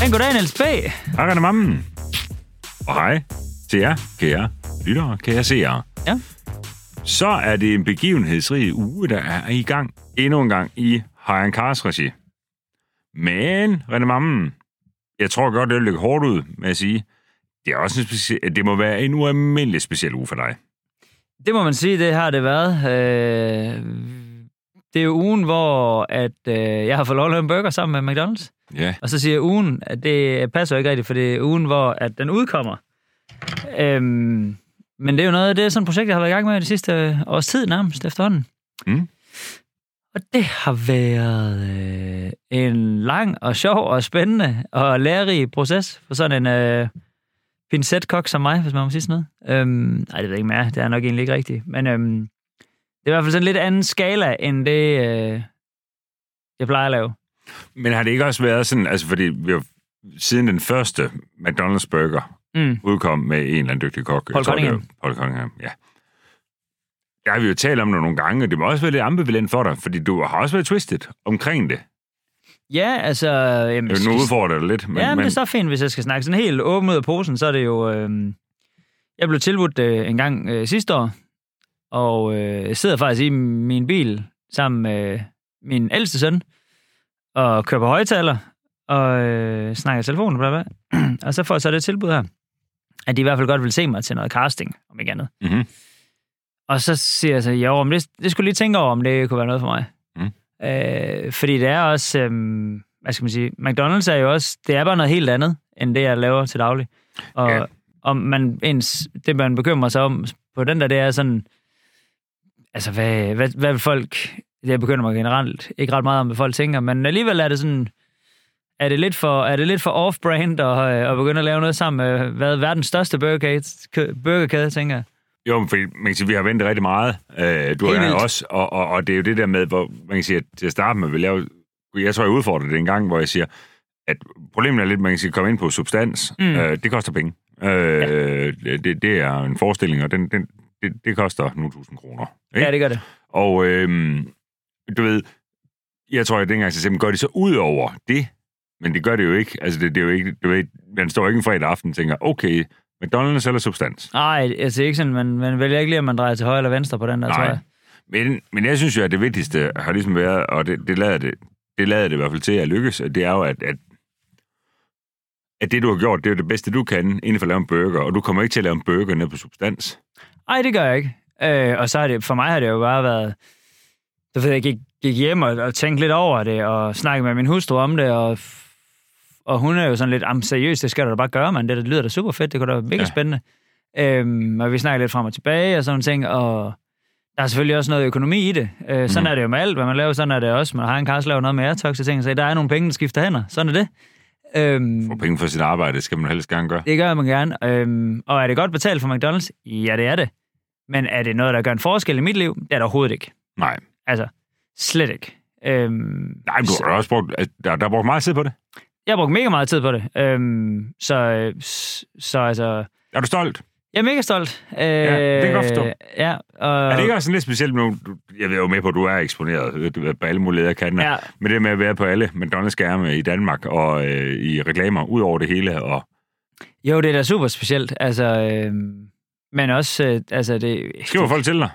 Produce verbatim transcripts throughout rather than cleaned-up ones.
Men goddag, Niels B. Hej, René Mammen. Og hej til jer, kære lyttere, kære seere. Ja. Så er det en begivenhedsrig uge, der er i gang endnu en gang i Hayan Cars regi. Men, René Mammen, jeg tror godt, det vil lægge hårdt ud med at sige, det, er også en speci- det må være en ualmindelig speciel uge for dig. Det må man sige, det har det været. Øh, det er jo ugen, hvor at, øh, jeg har fået lov at lave en burger sammen med McDonald's. Ja. Og så siger jeg ugen, at det passer ikke rigtigt, for det er ugen, hvor at den udkommer. Øhm, men det er jo noget, det er sådan et projekt, jeg har været i gang med de sidste års tid nærmest efterhånden. Mm. Og det har været øh, en lang og sjov og spændende og lærerig proces for sådan en øh, pincetkok som mig, hvis man må sige sådan noget. Øhm, nej, det ved jeg ikke mere. Det er nok egentlig ikke rigtigt. Men øhm, det er i hvert fald sådan en lidt anden skala, end det, øh, jeg plejer at lave. Men har det ikke også været sådan, altså fordi vi har, siden den første McDonald's burger mm. udkom med en eller anden dygtig kok. Paul Cunningham. Paul Cunningham, ja. Der har vi jo talt om det nogle gange, og det må også være lidt ambivalent for dig, fordi du har også været twisted omkring det. Ja, altså... Jamen, nu udfordrer det lidt. Men, ja, men, men det er så fint, hvis jeg skal snakke sådan helt åben ud af posen, så er det jo... Øh, jeg blev tilbudt øh, en gang øh, sidste år, og øh, jeg sidder faktisk i min bil sammen med min ældste søn, og kører på højtaler, og øh, snakker i telefonen, bla bla. Og så får jeg så det tilbud her, at de i hvert fald godt vil se mig til noget casting, om ikke andet. Mm-hmm. Og så siger jeg så, jo, men det, det skulle lige tænke over, om det kunne være noget for mig. Mm. Øh, fordi det er også, øh, hvad skal man sige, McDonald's er jo også, det er bare noget helt andet, end det, jeg laver til daglig. Og, ja. og man, ens, det, man bekymrer sig om på den der, det er sådan, altså, hvad, hvad, hvad vil folk... Det begynder mig generelt ikke ret meget om, hvad folk tænker, men alligevel er det sådan, er det lidt for, er det lidt for off-brand at, at begynde at lave noget sammen med, hvad verdens største burgerkæde, burgerkæde tænker jeg. Jo, fordi man kan sige, vi har ventet rigtig meget. Øh, du har også, og, og, og det er jo det der med, hvor man kan sige, at til at starte med, vil jeg jo, jeg tror, jeg udfordrer det en gang, hvor jeg siger, at problemet er lidt, man kan sige, komme ind på substans. Mm. Øh, det koster penge. Øh, ja. det, det er en forestilling, og den, den, det, det koster nu tusind kroner. Ikke? Ja, det gør det. Og øh, du ved, jeg tror, at dengang så simpelthen gør det så ud over det, men det gør det jo ikke. Altså, det, det er jo ikke, du ved, man står ikke en fredag aften og tænker, okay, McDonald's eller substans? Nej, altså ikke sådan, man, man vælger ikke lige, om man drejer til højre eller venstre på den der, Nej. tror jeg. Men, men jeg synes jo, at det vigtigste har ligesom været, og det, det lader det, det lader det i hvert fald til at lykkes, det er jo, at, at, at det, du har gjort, det er jo det bedste, du kan, inden for at lave en burger, og du kommer ikke til at lave en burger ned på substans. Nej, det gør jeg ikke. Øh, og så har det, for mig har det jo bare været, du ved, jeg gik, gik hjem og, og tænkte lidt over det, og snakkede med min hustru om det, og, og hun er jo sådan lidt, am seriøst, det skal du da bare gøre, man. Det, det lyder da super fedt, det kunne da være mega ja. spændende. Øhm, og vi snakker lidt frem og tilbage, og sådan ting, og der er selvfølgelig også noget økonomi i det. Øh, sådan mm. er det jo med alt, hvad man laver, sådan er det også. Man har en Cars laver noget med Airtox, og ting, så der er nogle penge, der skifter hænder. Sådan er det. Øhm, For penge for sit arbejde, skal man helst gerne gøre. Det gør man gerne. Øhm, og er det godt betalt for McDonald's? Ja, det er det. Men er det noget, der gør en forskel i mit liv? Det er det overhovedet ikke. Nej. Altså, slet ikke. Øhm, Nej, men du har også brugt, der, der er brugt meget tid på det. Jeg har brugt mega meget tid på det. Øhm, så, så altså... Er du stolt? Jeg er mega stolt. Øh, ja, det kan jeg godt forstå. Ja, og... Er det ikke også lidt specielt nu? Jeg ved jo med på, at du er eksponeret du ved, på alle mulige lederkanter. Ja. Men det med at være på alle McDonald's-skærme i Danmark og øh, i reklamer ud over det hele. Og... Jo, det er da super specielt. Altså, øh, men også... Øh, altså, det... Skriver folk til dig?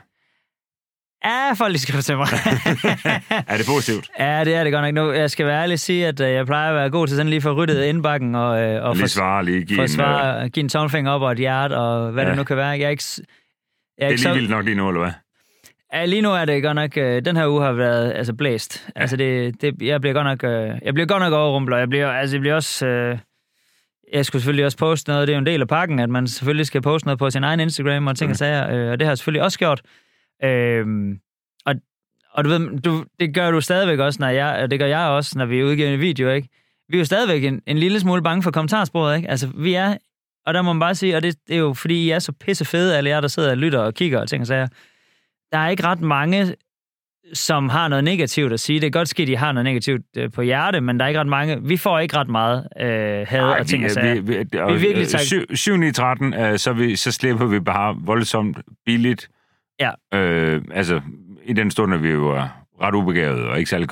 Ja, folk skriver til mig. Er det positivt? Ja, det er det godt nok. Nu, jeg skal være ærlig at sige, at jeg plejer at være god til sådan lige for ryddet indbakken og, og lige svare, lige give, for en, svare, give en tommelfinger op og et hjerte og hvad ja. det nu kan være. Jeg er ikke, jeg er det er ikke lige så... vildt nok lige nu, eller hvad? Ja, lige nu er det godt nok... Den her uge har været altså blæst. Ja. Altså, det, det, jeg bliver godt nok... Jeg bliver godt nok overrumplet. Jeg bliver, altså, jeg bliver også... Øh, jeg skulle selvfølgelig også poste noget. Det er jo en del af pakken, at man selvfølgelig skal poste noget på sin egen Instagram og ting mm. og sager. Øh, og det har jeg selvfølgelig også gjort. Øhm, og, og du ved, du, det gør du stadigvæk også, når jeg, og det gør jeg også, når vi udgiver en video, ikke? Vi er jo stadigvæk en, en lille smule bange for kommentarsporet, ikke? Altså, vi er, og der må man bare sige, og det, det er jo fordi, I er så pisse fede, alle jer, der sidder og lytter og kigger og ting og sager. Der er ikke ret mange, som har noget negativt at sige. Det er godt skidt, at I har noget negativt øh, på hjerte, men der er ikke ret mange. Vi får ikke ret meget øh, had Ej, og ting og sager. Vi, vi, vi, vi er virkelig tak... syv ni tretten, øh, så, vi, så slipper vi bare voldsomt billigt. Ja. Øh, altså, i den stund er vi jo ret ubegavet og ikke særlig kønne.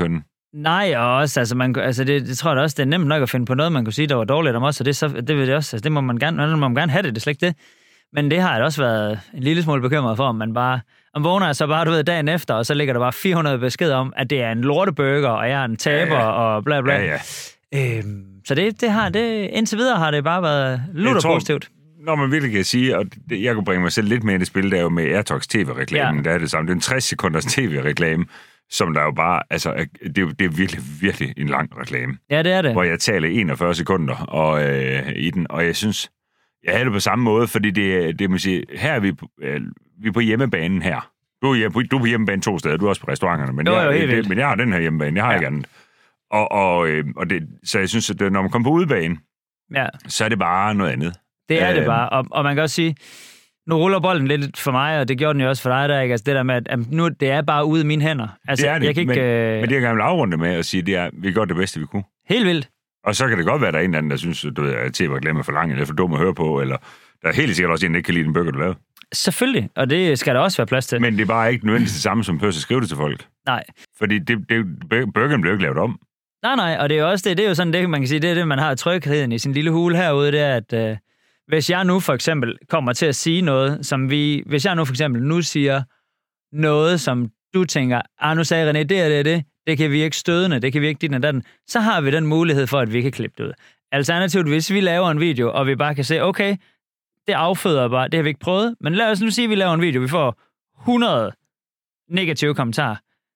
Nej, og også, altså, man, altså det, det tror jeg da også, det er nemt nok at finde på noget, man kunne sige, der var dårligt om os, og det, så, det vil det også, altså det må man gerne, man må gerne have det, det er slet ikke det. Men det har jeg da også været en lille smule bekymret for, om man bare, om vågner jeg så bare, du ved, dagen efter, og så ligger der bare fire hundrede beskeder om, at det er en lorteburger, og jeg er en taber, ja, ja. og bla bla. Ja, ja. Øhm, så det, det har, det, indtil videre har det bare været lutter positivt. Når man virkelig kan sige, og det, jeg kunne bringe mig selv lidt med i det spil, der er jo med Airtox T V-reklamen, ja. Der er det samme. Det er en tres sekunders T V-reklame, som der jo bare, altså, det er, det er virkelig, virkelig en lang reklame. Ja, det er det. Hvor jeg taler enogfyrre sekunder og, øh, i den, og jeg synes, jeg havde det på samme måde, fordi det, det må sige, her er vi, øh, vi er på hjemmebanen her. Du er, du er på hjemmebane to steder, du er også på restauranterne, men, jeg, jeg, det, men jeg har den her hjemmebane, jeg har ja. ikke andet. Og, og, øh, og det, så jeg synes, at når man kommer på udebane, ja. så er det bare noget andet. Det er øh, det bare, og, og man kan også sige, nu ruller bolden lidt for mig, og det gjorde den jo også for dig der, ikke? Altså det der med, at nu det er bare ude i mine hænder. Altså, det er det, jeg kan ikke, men, øh... men det jeg gerne vil afrunde med at sige, det er, at vi gør det bedste, vi kunne. Helt vildt. Og så kan det godt være, at der er en eller anden, der synes, at du ved, at T V-reklamer for lang, eller for dum at høre på, eller der er helt sikkert også en, der ikke kan lide den burger, du lavede. Selvfølgelig, og det skal der også være plads til. Men det er bare ikke nødvendigvis det samme, som behøver at skrive det til folk. Nej. Fordi det, det, burgeren blev ikke lavet om. Nej, nej, og det er jo også det, det er jo sådan, det man kan sige, det er det, man har trygheden i sin lille hule herude, det er, at øh, hvis jeg nu for eksempel kommer til at sige noget, som vi, hvis jeg nu for eksempel nu siger noget, som du tænker, ah, nu sagde René, det er det, det, det kan vi ikke stødende, det kan vi ikke dit og datten, så har vi den mulighed for, at vi kan klippe det ud. Alternativt, hvis vi laver en video, og vi bare kan se, okay, det afføder bare, det har vi ikke prøvet, men lad os nu sige, at vi laver en video, vi får hundrede negative kommentarer,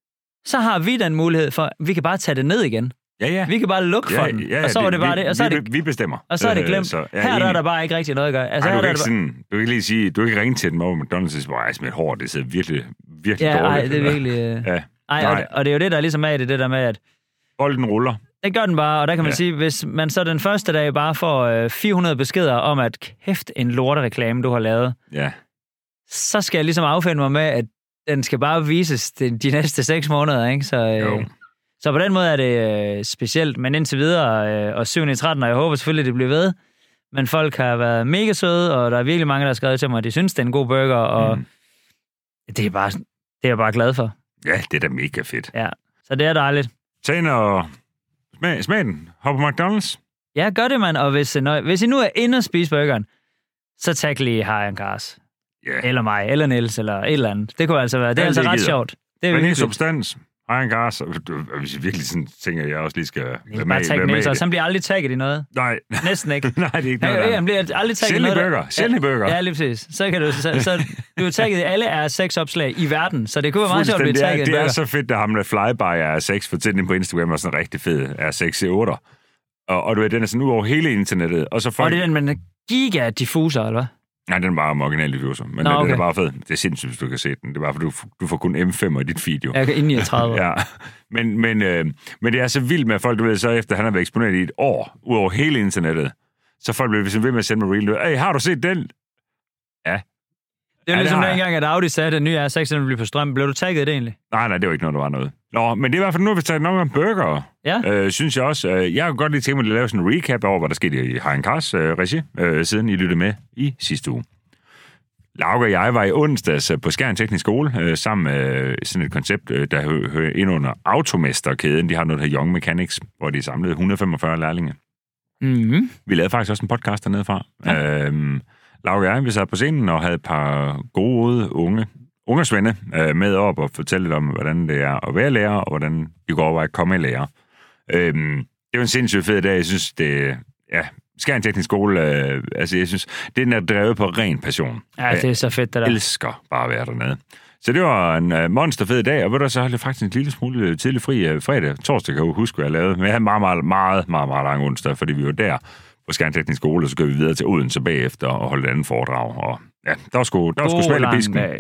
så har vi den mulighed for, vi kan bare tage det ned igen. Ja, ja. Vi kan bare lukke ja, for den, ja, ja, og så er det bare vi, det. Og så vi, er det, vi bestemmer. Og så er det glemt. Så, ja, her der er der bare ikke rigtig noget at gøre. Altså, ej, du, her, kan ikke der sådan, du kan ikke lige sige, du kan ikke ringe til dem over McDonald's og sige, ej, mit hår, det sidder virkelig, virkelig ja, dårligt. Ja, det er virkelig... Øh... Ja. Ej, og, og det er jo det, der er ligesom af det, det der med, at... Bolden ruller. Det gør den bare, og der kan man ja. sige, hvis man så den første dag bare får øh, fire hundrede beskeder om, at kæft en lortereklame, du har lavet, ja. så skal jeg ligesom affinde mig med, at den skal bare vises de, de næste seks måneder, ikke? Så, øh, så på den måde er det øh, specielt, men indtil videre, øh, og syvende i tretten, og jeg håber selvfølgelig, det bliver ved, men folk har været mega søde, og der er virkelig mange, der har skrevet til mig, at de synes, det er en god burger, og mm. det er bare, det er jeg bare glad for. Ja, det er da mega fedt. Ja, så det er dejligt. Tag ind og smag, smag den. Hop på McDonald's. Ja, gør det, mand. Og hvis, når, hvis I nu er inde og spise burgeren, så tag lige Harjan Kars. Yeah. Eller mig, eller Niels, eller et eller andet. Det kunne altså være. Det er ja, altså ret gider. Sjovt. Det er men en substans. Harjan Kars. Hvis jeg virkelig sådan tænker, jeg også lige skal være med, tagge Niels, og så bliver aldrig tagget i noget. Nej. Næsten ikke. Nej, det er ikke noget. Han, han bliver aldrig tagget i noget. Burger. Sjældne burger. Ja, lige præcis. Så kan du, så, så, du er tagget i alle R seks opslag i verden, så det kunne være meget sjovt at blive tagget i en burger. Det er så fedt, at ham med flyby R seks for tiden på Instagram er sådan en rigtig fed R seks C otte. Og, og du ved, den er sådan ud over hele internettet. Og, så folk... og det er den med en giga-diffuser, eller hvad? Nej, den er bare original diffuser. Men Nå, okay. den er bare fed. Det er sindssygt, hvis du kan se den. Det er bare, fordi du, du får kun M fem i dit video. Jeg kan ind i tredive. Ja, men, men, øh, men det er så vildt med, at folk, du ved, så efter han har været eksponeret i et år, ud over hele internettet, så folk bliver ved med at sende mig reel. Hey, har du set den? Ja. Det er jo ja, ligesom dengang, at Audi sagde, at den nye R seks ville blive på strøm. Blev du tagget i det egentlig? Nej, nej, det var ikke noget, der var noget. Nå, men det er i hvert fald nu, vi tager nok om burger. Ja. Øh, synes jeg også. Øh, jeg har godt lige tænkt mig at lave sådan en recap over, hvad der skete i Harjan Kars øh, regi, øh, siden I lyttede med i sidste uge. Lauke og jeg var i onsdags på Skjern Teknisk Skole, øh, sammen med øh, sådan et koncept, øh, der hører hø- ind under Automesterkæden. De har noget, der hedder Young Mechanics, hvor de samlede et hundrede og femogfyrre lærlinge. Mm-hmm. Vi lavede faktisk også en podcast dernede fra. Ja. Øhm, Lauke og jeg, vi sad på scenen og havde et par gode unge ungersvende øh, med op og fortælle lidt om, hvordan det er at være lærer, og hvordan de går over at komme i lærer. Øhm, det var en sindssygt fed dag. Jeg synes, det ja, Skjern Teknisk Skole, øh, altså jeg synes, den er drevet på ren passion. Ja, det er så fedt, det der. Jeg elsker bare at være dernede. Så det var en uh, monsterfed dag, og ved du, så havde jeg faktisk en lille smule tidlig fri uh, fredag. Torsdag kan jeg huske, hvad jeg lavede. Men jeg havde meget, meget, meget, meget, meget lang onsdag, fordi vi var der på Skjern Teknisk Skole, og så går vi videre til Odense bagefter og holdt et andet foredrag. Og ja, der var sgu, der var sgu oh, svært i bisken. Dag.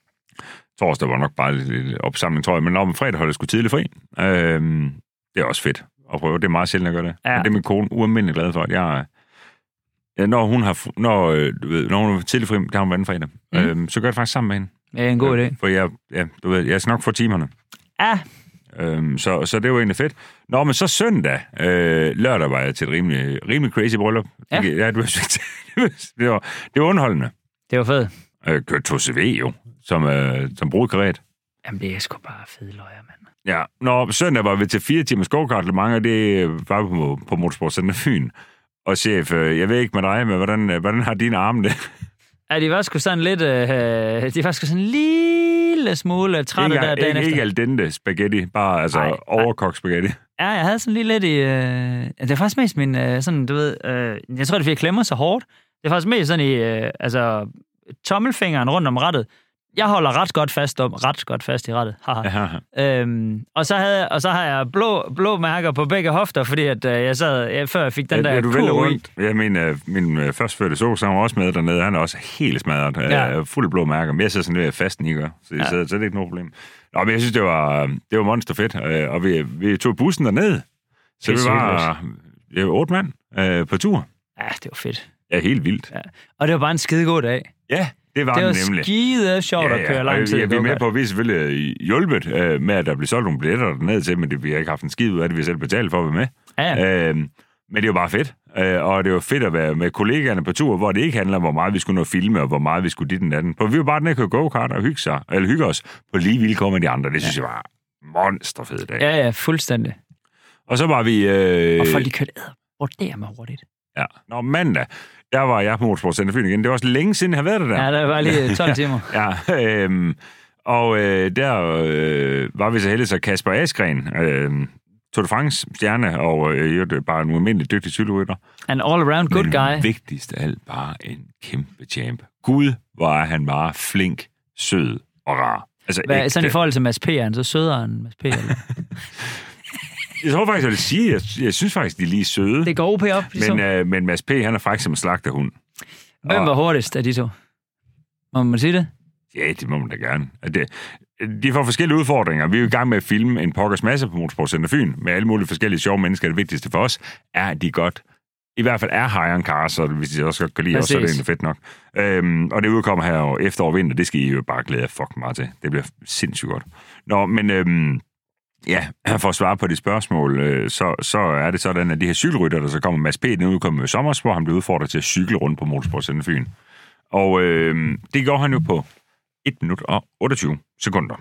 Torsdag var nok bare en lille opsamling, tror jeg, men når man fredag holdt jeg sgu tidlig fri. Øhm, det er også fedt at prøve. Det er meget sjældent at gøre det. Ja. Men det er min kone ualmindelig glad for, at jeg... Ja, når hun har når, du ved, når hun er tidlig fri, der har hun været fredag, mm. øhm, så gør det faktisk sammen med hende. Det er en god idé. For jeg, ja, du ved, jeg skal nok få timerne. Ja. Øhm, så, så det var egentlig fedt. Nå, men så søndag, øh, lørdag var jeg til et rimelig, rimelig crazy bryllup. Ja. Ja, det, var, det, var, det var underholdende. Det var fedt. Jeg kørte to C V jo, som, øh, som brudkaret. Jamen, det er sgu bare fede løjer, mand. Ja, når søndag var vi til fire timers go-kart, mange af det var på, på Motorsportcenter Fyn. Og chef, jeg ved ikke med dig, men hvordan, hvordan har dine arme det? Ja, de var sgu sådan lidt... Øh, de var sgu sådan en lille smule trætte ikke, der dagen ikke, efter. Ikke al dente spaghetti, bare altså ej, overkogt spaghetti. Ja, jeg havde sådan lige lidt i... Øh, det er faktisk mest min... Øh, sådan, du ved... Øh, jeg tror, det er, fordi jeg klemmer så hårdt. Det er faktisk mest sådan i... Øh, altså, tommelfingeren rundt om rattet. Jeg holder ret godt fast om, ret godt fast i rettet. Ja. Øhm, og, så havde, og så har jeg blå, blå mærker på begge hofter, fordi at, øh, jeg sad, jeg, før jeg fik den ja, der ko i. Ja, min, øh, min øh, førstfødte så, så han var også med dernede. Han er også helt smadret. Ja. Øh, fuld blå mærker. Men jeg sidder sådan lidt fast, I gør. Så, ja. så, så det er ikke noget problem. Nå, men jeg synes, det var, det var monsterfedt. Øh, og vi, vi tog bussen derned. Så det vi var ja, otte mand øh, på tur. Ja, det var fedt. Ja, helt vildt. Ja. Og det var bare en skidegod dag. Ja. Det var, det var nemlig. skide sjovt ja, ja. at køre lang tid. Ja, vi er med på, at vi selvfølgelig hjulpet øh, med, at der bliver solgt nogle billetter dernede til, men det, vi har ikke haft en skid ud af det, vi har selv betalt for at være med. Ja, ja. Øh, men det er jo bare fedt. Øh, og det var fedt at være med kollegaerne på tur, hvor det ikke handler om, hvor meget vi skulle nå filme, og hvor meget vi skulle dit den anden. For vi var bare den, der køre go-kart og hygge, sig, eller hygge os på lige vilkår med de andre. Det synes ja. jeg var monsterfed dag. Ja, ja, fuldstændig. Og så var vi... Øh... Og folk, de kørte æder med hurtigt. Ja, nå mandag. Der var jeg på Motorsportcenter Fyn igen. Det var også længe siden, jeg har været der. Ja, det var lige tolv timer. ja, øhm, og øh, der øh, var vi så heldige, så Kasper Askren, øh, Tour de France stjerne, og øh, bare en ualmindelig dygtig cykelrytter. An all-around good Men guy. Men vigtigst af alt, bare en kæmpe champ. Gud, hvor er han bare flink, sød og rar. Altså, Hvad, sådan i forhold til Mads P. er han så sødere end Mads P. Eller? Jeg tror faktisk, jeg vil sige, jeg, jeg synes faktisk, de er lige søde. Det går O P op, ligesom. Men, øh, men Mads P., han er faktisk som en slagterhund. Hvem var og... hurtigst af de to? Må man sige det? Ja, det må man da gerne. Det, de får forskellige udfordringer. Vi er jo i gang med at filme en pokkers masse på Motorsportcenter Fyn, med alle mulige forskellige sjove mennesker. Det vigtigste for os er, at de godt, i hvert fald er high on cars, så hvis de også kan lide os, så er det egentlig fedt nok. Øhm, og det udkommer her jo efterår og vinter, det skal I jo bare glæde jer fucking meget til. Det bliver sindssygt godt. Nå, men... Øhm, Ja, for at svare på de spørgsmål, øh, så, så er det sådan, at de her cykelrytter, der så kommer Mads P., den udkommer med sommers, hvor han blev udfordret til at cykle rundt på Motorsportcenter Fyn. Og øh, det gjorde han jo på et minut og otteogtyve sekunder.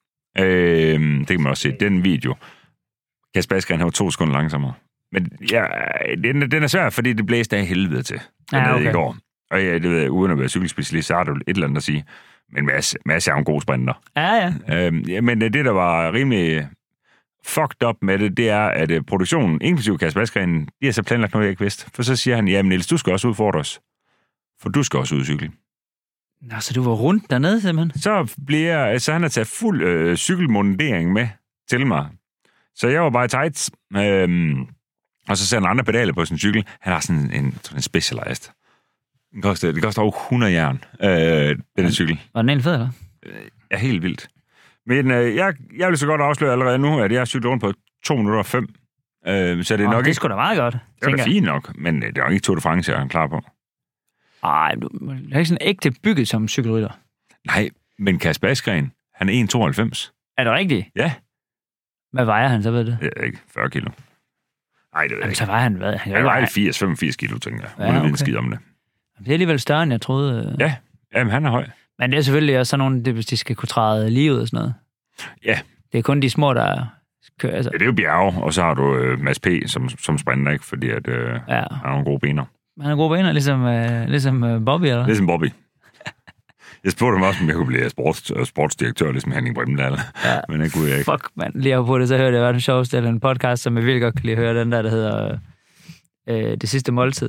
Øh, det kan man også se, den video. Kasper Askren, han var to sekunder langsommere. Men ja, den, den er svær, fordi det blæste af helvede til. Ja, okay. I går. Og ja, det ved jeg, uden at være cykelspecialist, så har du et eller andet at sige. Men Mads, Mads er en god sprinter. Ja, ja. Øh, ja men det, der var rimelig... fucked up med det, det er, at uh, produktionen, inklusive Kasper Askren, de har så planlagt noget, jeg ikke vidste. For så siger han, jamen Niels, du skal også udfordre os. For du skal også ud cykle. Nå, så du var rundt dernede, simpelthen? Så bliver så han har taget fuld øh, cykelmondering med til mig. Så jeg var bare i tights, øhm, og så ser han andre pedaler på sin cykel. Han har sådan en, en Specialized. Det koster, det koster over hundrede jern, øh, den cykel. Var den egentlig fed, eller? Ja, helt vildt. Men øh, jeg, jeg vil så godt afsløre allerede nu, at jeg har cyklet rundt på to minutter og fem. Øh, så det er oh, nok det ikke... sgu da meget godt. Det er da fint nok, men øh, det er jo ikke Tour de France, jeg er klar på. Ej, du er ikke sådan ægte bygget som cykelrytter. Nej, men Kasper Askren, han er en komma tooghalvfems. Er det rigtigt? Ja. Hvad vejer han, så ved det? Jeg ved ikke, fyrre kilo. Nej, det ved jeg Jamen, ikke. så vejer han hvad? Han jeg vejer firs til femogfirs kilo, tænker jeg. Ja, okay. En skid om det. Det er alligevel større, end jeg troede. Ja, jamen han er høj. Men det er selvfølgelig også sådan nogle, hvis de skal kunne træde lige ud og sådan noget. Ja. Det er kun de små, der kører. Altså. Ja, det er jo bjerge, og så har du øh, Mads P. som, som sprinter, ikke? Fordi at, øh, ja. han har nogle gode bener. Han har gode bener, ligesom, øh, ligesom øh, Bobby, eller? Ligesom Bobby. Jeg spurgte ham også, om jeg kunne blive sports, sportsdirektør, ligesom Henning Bremdal. Ja. Men det kunne jeg ikke. Fuck, mand. Lige på det, så hørte jeg, det var den sjoveste, eller en podcast, som jeg virkelig godt kan lide at høre, den der, der hedder øh, Det sidste måltid.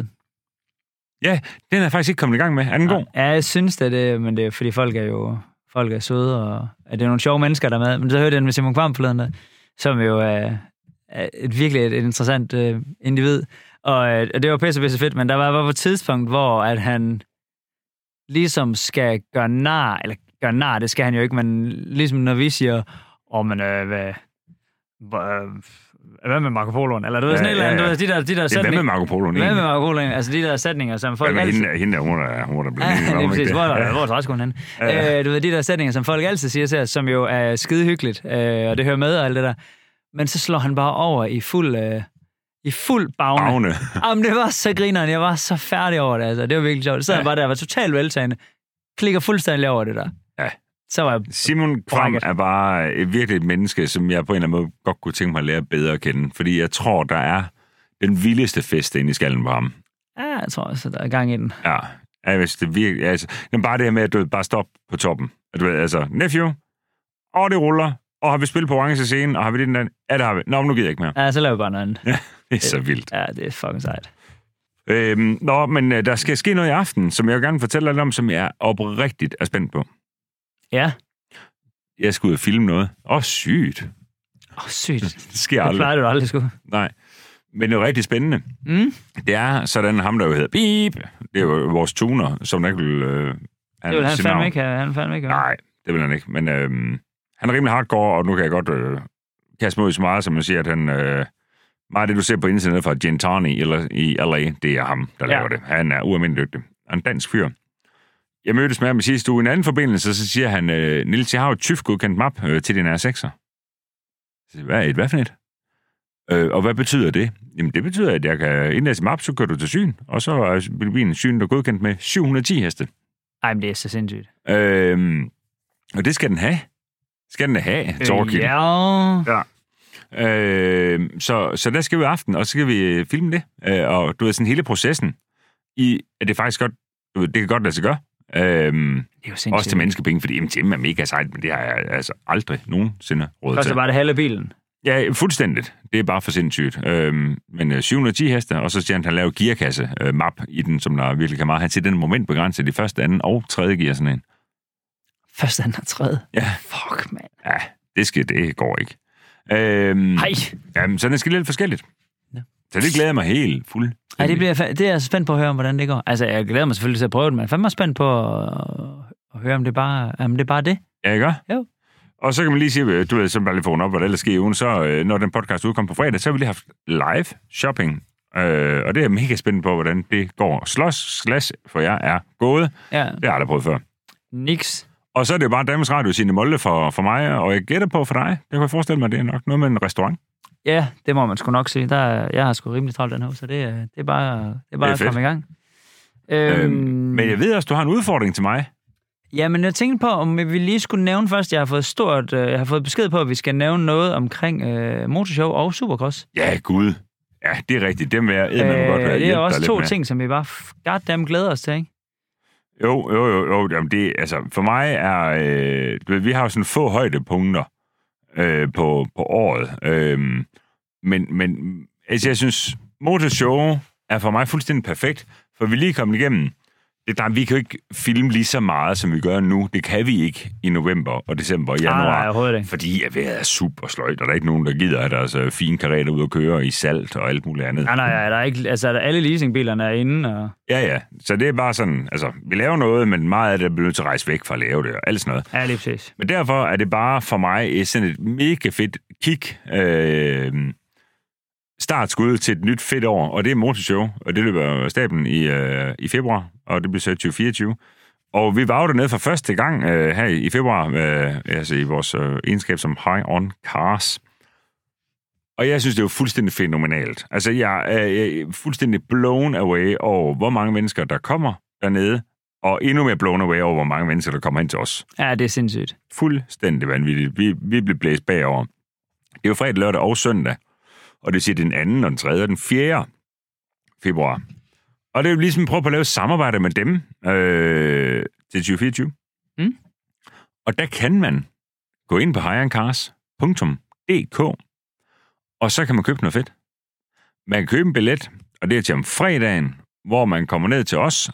Ja, den er faktisk ikke kommet i gang med. Er den god? Ja, jeg synes det, det, men det er fordi folk er jo folk er søde, og at det er nogle sjove mennesker, der er med. Men så hørte jeg den med Simon Kvam forleden der, som jo er, er et virkelig et, et interessant øh, individ. Og, øh, og det var pisse, pisse fedt, men der var bare på et tidspunkt, hvor at han ligesom skal gøre nar, eller gøre nar, det skal han jo ikke, men ligesom når vi siger, åh, oh, men øh, hvad, hvad, hvad med Marco Poloen? Eller du ved, ja, sådan et eller andet, ja, ja. De der, de der sætninger. Hvad med Marco Poloen? Hvad med Marco Poloen? Altså de der sætninger, som folk altid... Hende, hende der, hun er, hun er blevet... Ja, det er præcis. Hvor er hvor træskoen henne? Ja, ja. Øh, du ved, de der sætninger, som folk altid siger til os, som jo er skide hyggeligt, øh, og det hører med og alt det der. Men så slår han bare over i fuld... Øh, i fuld bagne. Bagne. Jamen, det var så grineren. Jeg var så færdig over det, altså. Det var virkelig sjovt. Så sad ja. han bare der, var totalt veltagende. Klikker fuldstændig over det der. Ja. Så var jeg... Simon Kvam er bare et virkelig et menneske, som jeg på en eller anden måde godt kunne tænke mig at lære bedre at kende. Fordi jeg tror, der er den vildeste fest inde i skallen på ham. Ja, jeg tror også, der er gang i den. Ja, ja hvis det virkelig... Altså, men bare det her med, at du bare stop på toppen. At du ved, altså, nephew, og det ruller, og har vi spillet på orange scene, og har vi det den anden? Ja, det har vi. Nå, nu gider jeg ikke mere. Ja, så laver vi bare noget andet. Ja, det er så vildt. Ja, det er fucking sejt. Øhm, nå, men øh, der skal ske noget i aften, som jeg vil gerne fortælle lidt om, som jeg oprigtigt er spændt på. Ja. Jeg skal ud og filme noget. Åh, oh, sygt. Åh, oh, sygt. Det sker aldrig. Det plejer du aldrig skulle. Nej. Men det er jo rigtig spændende. Mm. Det er sådan, ham der jo hedder Beep. Det er jo vores tuner, som ikke vil... Øh, han det vil han fandme ikke have. Han fandme ikke have. Nej, det vil han ikke. Men øh, han er rimelig hardcore, og nu kan jeg godt øh, kaste mod så meget, som man siger, at han... Øh, meget af det, du ser på internet fra Gentani eller i L A, det er ham, der ja. laver det. Han er ualmindelig dygtig. Han er en dansk fyr. Jeg mødtes med ham i sidste uge i en anden forbindelse, så siger han, øh, Niels, jeg har jo et tyft-godkendt map øh, til din R sekser. Så hvad er et? Hvad for et? Øh, og hvad betyder det? Jamen, det betyder, at jeg kan indlæse map, så kører du til syn, og så er bilen syn, der er godkendt med syv hundrede og ti heste. Ej, men det er så sindssygt. Øh, og det skal den have. Skal den have, Torkild? Øh, ja. Ja. Øh, så, så der skal vi i aften, og så skal vi filme det. Øh, og du ved, sådan hele processen, i, at det faktisk godt, du ved, det kan godt lade sig gøre. Øh, det er jo også til menneskepenge, fordi M T M er mega sejt, men det har jeg altså aldrig nogensinde råd til. Koster bare det halve bilen? Ja, fuldstændigt. Det er bare for sindssygt. Øhm, men syv hundrede og ti heste, og så siger han, at han laver gearkasse-map i den, som der virkelig kan meget. Han siger, den moment begrænset i første, anden og tredje gear, sådan en. Første, anden og tredje? Ja. Fuck, mand. Ja, det, skal, det går ikke. Øhm, Hej. Jamen, så den skal lidt forskelligt. Ja. Så det glæder mig helt fuld. Ej, det, bliver, det er jeg spændt på at høre om, hvordan det går. Altså, jeg glæder mig selvfølgelig til at prøve det, men jeg er fandme spændt på at, at høre, om det bare, om det er bare det. Ja, ikke? Jo. Og så kan man lige sige, du ved, så bare lige få op, hvad der ellers sker i ugen, så når den podcast udkommer på fredag, så har vi lige haft live shopping. Øh, og det er mega spændende på, hvordan det går. Slås, slash for jer er gået. Ja. Det har jeg aldrig prøvet før. Niks. Og så er det jo bare Danmarks Radio Signe Molde for, for mig, og jeg gætter på for dig. Det kan jeg forestille mig, det er nok noget med en restaurant. Ja, det må man sgu nok sige. Der, jeg har sgu rimelig travlt den her, så det, det er bare, det er bare det er at komme i gang. Øhm, øhm, men jeg ved også, du har en udfordring til mig. Ja, men jeg tænkte på, om vi lige skulle nævne først, jeg har fået stort, øh, jeg har fået besked på, at vi skal nævne noget omkring øh, motorshow og supercross. Ja, gud. Ja, det er rigtigt. Dem vil jeg eddermame øh, godt være. Det er også to ting, som vi bare goddamn glæder os til, ikke? Jo, jo, jo. jo. Jamen det, altså, for mig er... Øh, vi har jo sådan få højdepunkter øh, på, på året. Øh, men men altså, jeg synes, motorshow er for mig fuldstændig perfekt, for vi er lige kommet igennem. Det, der, vi kan jo ikke filme lige så meget, som vi gør nu. Det kan vi ikke i november og december og januar. Nej, nej, fordi at vejret er super sløjt, og der er ikke nogen, der gider at deres uh, fine karretter ud og køre i salt og alt muligt andet. Nej, nej, ja, der er ikke, altså, der er alle leasingbilerne er inde. Og... Ja, ja. Så det er bare sådan, altså, vi laver noget, men meget af det bliver nødt til at rejse væk fra at lave det og alt sådan noget. Ja, lige præcis. Men derfor er det bare for mig sådan et mega fedt kick, øh, startskud til et nyt fedt år, og det er motorshow, og det løber stablen i, øh, i februar, og det bliver så tyve fireogtyve. Og vi var jo dernede for første gang øh, her i februar, øh, altså i vores øh, egenskab som High On Cars. Og jeg synes, det er jo fuldstændig fænomenalt. Altså, jeg er, jeg er fuldstændig blown away over, hvor mange mennesker, der kommer dernede, og endnu mere blown away over, hvor mange mennesker, der kommer hen til os. Ja, det er sindssygt. Fuldstændig vanvittigt. Vi, vi blev blæst bagover. Det er jo fredag, lørdag og søndag. Og det siger den anden, og den tredje, og den fjerde februar. Og det er jo ligesom at prøve på at lave samarbejde med dem øh, til tyve fireogtyve. Mm. Og der kan man gå ind på high on cars punktum d k, og så kan man købe noget fedt. Man kan købe en billet, og det er til om fredagen, hvor man kommer ned til os,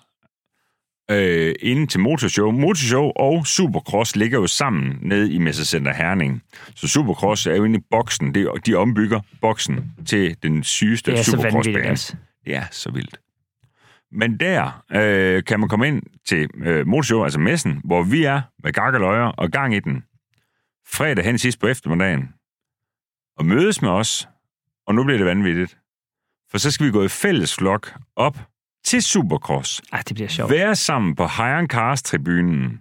øh, inden til motorshow. Motorshow og Supercross ligger jo sammen ned i Messecenter Herning. Så Supercross er jo inde i boksen. De, de ombygger boksen til den sygeste Supercross-bane. Det er så vildt. Men der øh, kan man komme ind til øh, motorshow, altså messen, hvor vi er med gakkeløjer og gang i den. Fredag hen sidst på eftermiddagen. Og mødes med os. Og nu bliver det vanvittigt. For så skal vi gå i fælles flok op til Supercross. Ah, det bliver sjovt. Være sammen på High on Cars-tribunen.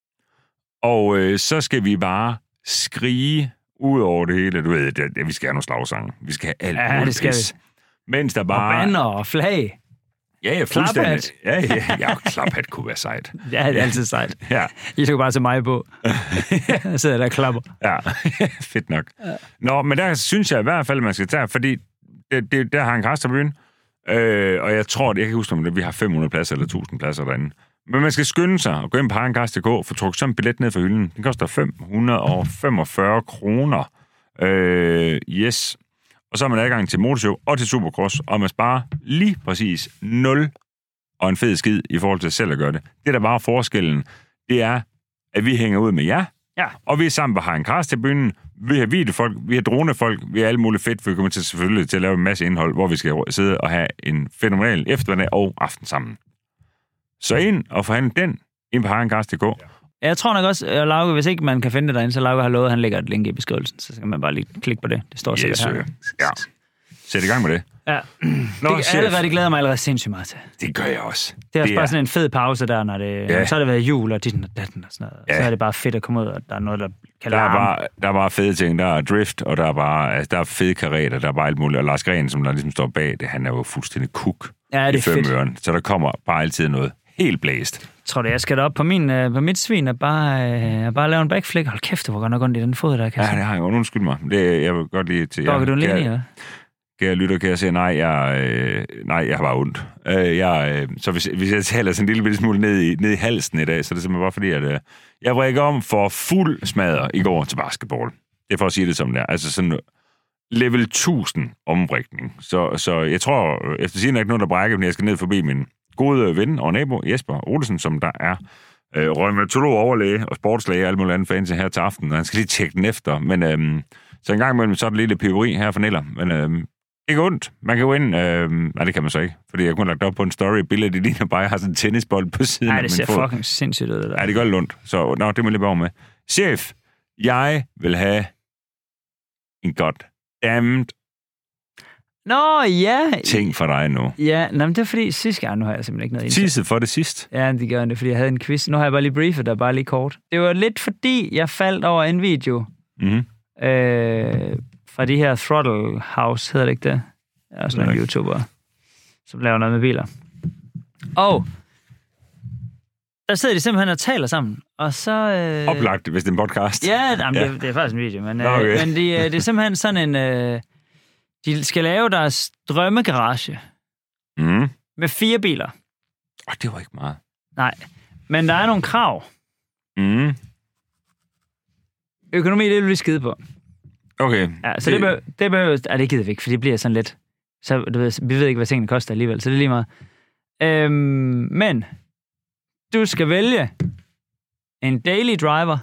Og øh, så skal vi bare skrige ud over det hele. Du ved, det, det, vi skal have nogle slagsange. Vi skal have alt ja, muligt det skal pis. vi. Mens der bare... Og banner og flag. Ja, ja, fuldstændig. Ja, ja, ja, klaphat kunne være sejt. Ja, det er altid sejt. Ja. I skal bare se mig på. Jeg sidder der og klapper. Ja, fedt nok. Ja. Nå, men der synes jeg i hvert fald, man skal tage, fordi det, det, der har en Kasterbyen, øh, og jeg tror, jeg kan huske, om det, vi har fem hundrede pladser eller tusind pladser derinde. Men man skal skynde sig og gå ind på Harenkast punktum d k, få trukket sådan en billet ned fra hylden. Den koster fem hundrede og femogfyrre kroner. Øh, yes. Og så har man adgang til motorshow og til Supercross, og man sparer lige præcis nul og en fed skid i forhold til selv at gøre det. Det, der bare er forskellen, det er, at vi hænger ud med jer, ja. Og vi er sammen på Harenkast til byen. Vi har videofolk, vi har dronefolk, vi har alle mulige fedt, for vi kommer til selvfølgelig til at lave en masse indhold, hvor vi skal sidde og have en fænomenal eftermiddag og aften sammen. Så ind og forhandle den ind på Harenkast punktum d k. Jeg tror nok også, at Lauke, hvis ikke man kan finde det derinde, så Lauke har lovet, at han lægger et link i beskrivelsen, så kan man bare lige klikke på det. Det står sikkert yes, her. Ja. Sæt i gang med det. Ja. Nå, det, allerede, det glæder mig allerede sindssygt meget til. Det gør jeg også. Det er også det bare er... sådan en fed pause der, når det... Ja. Så har det været jul og dit og datten og sådan noget. Ja. Så er det bare fedt at komme ud, og der er noget, der kan der er bare, der er bare fede ting. Der er drift, og der er bare altså, der er fede karreter, der er bare alt muligt. Og Lars Green, som der ligesom står bag det, han er jo fuldstændig kuk ja, det er i femøren. Så der kommer bare altid noget helt blæst. Tror du, jeg skal derop på, min, uh, på mit svin og bare, uh, bare lave en backflip? Hold kæft, du var godt nok ondt i den fod der, kan Ja, det har jeg jo. Undskyld mig. Det, jeg vil godt lige til... Går du lige ind i, eller? Kan jeg lytte, kan jeg sige, nej, jeg, øh, nej, jeg har bare ondt. Øh, jeg, øh, så hvis, hvis jeg taler sådan en lille smule ned i, ned i halsen i dag, så er det simpelthen bare fordi, at øh, jeg brækker om for fuld smadre i går til basketball. Det er for at sige det som det er. Altså sådan level tusind ombrækning. Så, så jeg tror, efter siden er ikke noget, der brækker, men jeg skal ned forbi min gode ven og nabo, Jesper Olsen, som der er øh, rheumatolog, overlæge og sportslæge og alt muligt andet fancy her til aften, og han skal lige tjekke den efter. Men øh, så en gang imellem, så er der lidt piveri her for Neller. Men øh, ikke ondt. Man kan jo ind... Øh, nej, det kan man så ikke. Fordi jeg kunne have lagt op på en story et billede, det ligner bare, jeg har sådan en tennisbold på siden nej, af min fod. Nej, det ser fucking sindssygt ud, det der. Ja, det gør lidt ondt. Så nå, det må jeg lige bare med. Chef, jeg vil have en goddammit Nå, ja. ting for dig nu. Ja, nej, men det er fordi sidste gang, nu har jeg simpelthen ikke noget indsigt. Tisset for det sidst. Ja, det gør det, fordi jeg havde en quiz. Nu har jeg bare lige briefet der bare lige kort. Det var lidt fordi, jeg faldt over en video mm-hmm. øh, fra de her Throttle House, hedder det ikke det? Jeg er sådan en YouTuber, som laver noget med biler. Og der sidder de simpelthen og taler sammen, og så... Øh... Oplagt, hvis det er en podcast. Ja, jamen, ja. Det, det er faktisk en video, men, okay. øh, men de, det er simpelthen sådan en... Øh... De skal lave deres drømmegarage mm. med fire biler. Åh, oh, det var ikke meget. Nej, men der er nogle krav. Mm. Økonomi, det vil vi skide på. Okay. Ja, så det, det, behøver, det behøver... Ja, det gider vi ikke, for det bliver sådan lidt... Så, du ved, vi ved ikke, hvad tingene koster alligevel, så det er lige meget. Øhm, men du skal vælge en daily driver,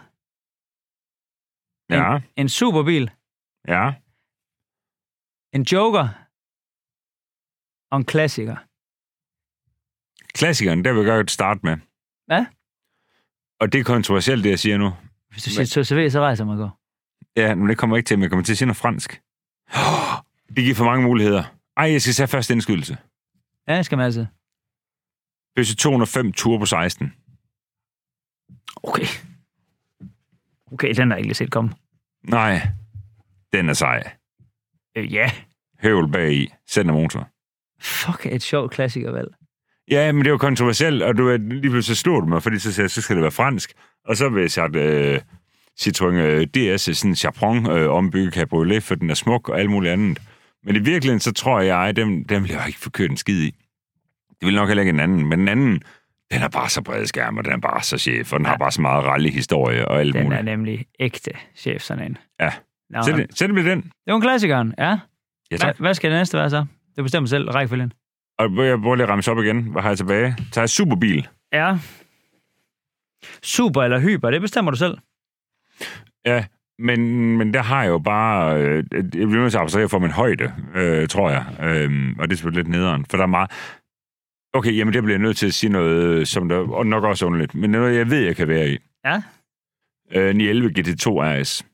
ja. en, en superbil, ja. en joker og en klassiker. Klassikeren, der vil jeg godt starte med. Hvad? Og det er kontroversielt, det jeg siger nu. Hvis du siger T C V, så rejser man går. Ja, men det kommer ikke til, men jeg kommer til at sige noget fransk. Oh, det giver for mange muligheder. Ej, jeg skal sige først indskydelse. Ja, det skal man altid. Peugeot to hundrede og fem Turbo seksten. Okay. Okay, den har jeg ikke lige set komme. Nej, den er sej. Øh, ja. Høvel bag i. Sæt en motor. Fuck, et sjovt klassikervalg. Ja, men det er jo kontroversielt, og du er lige pludselig slået mig, fordi så, så skal det være fransk. Og så vil jeg sige, øh, Citroën øh, D S, sådan en Chaperon øh, ombygget cabriolet, for den er smuk og alt muligt andet. Men i virkeligheden, så tror jeg, dem, dem vil jeg ikke få kørt en skid i. Det vil nok heller ikke en anden, men den anden, den er bare så bred skærm, og den er bare så chef, og den ja. har bare så meget rally-historie og alt den muligt. Den er nemlig ægte chef, sådan en. Ja, Nå, så, det, så det bliver den. Det var en klassikeren, ja. Ja, tak. Hvad skal det næste være så? Det bestemmer selv, rækkefølgen. Og jeg prøver lige at ramse op igen. Hvad har jeg tilbage? Tager jeg superbil? Ja. Super eller hyper, det bestemmer du selv. Ja, men, men der har jeg jo bare... Øh, jeg bliver nødt til at abstrahere for min højde, øh, tror jeg. Øh, og det er selvfølgelig lidt nederen, for der er meget... Okay, jamen det bliver jeg nødt til at sige noget, som der og nok også underligt, men noget, jeg ved, jeg kan være i. Ja. Øh, ni elleve G T to R S.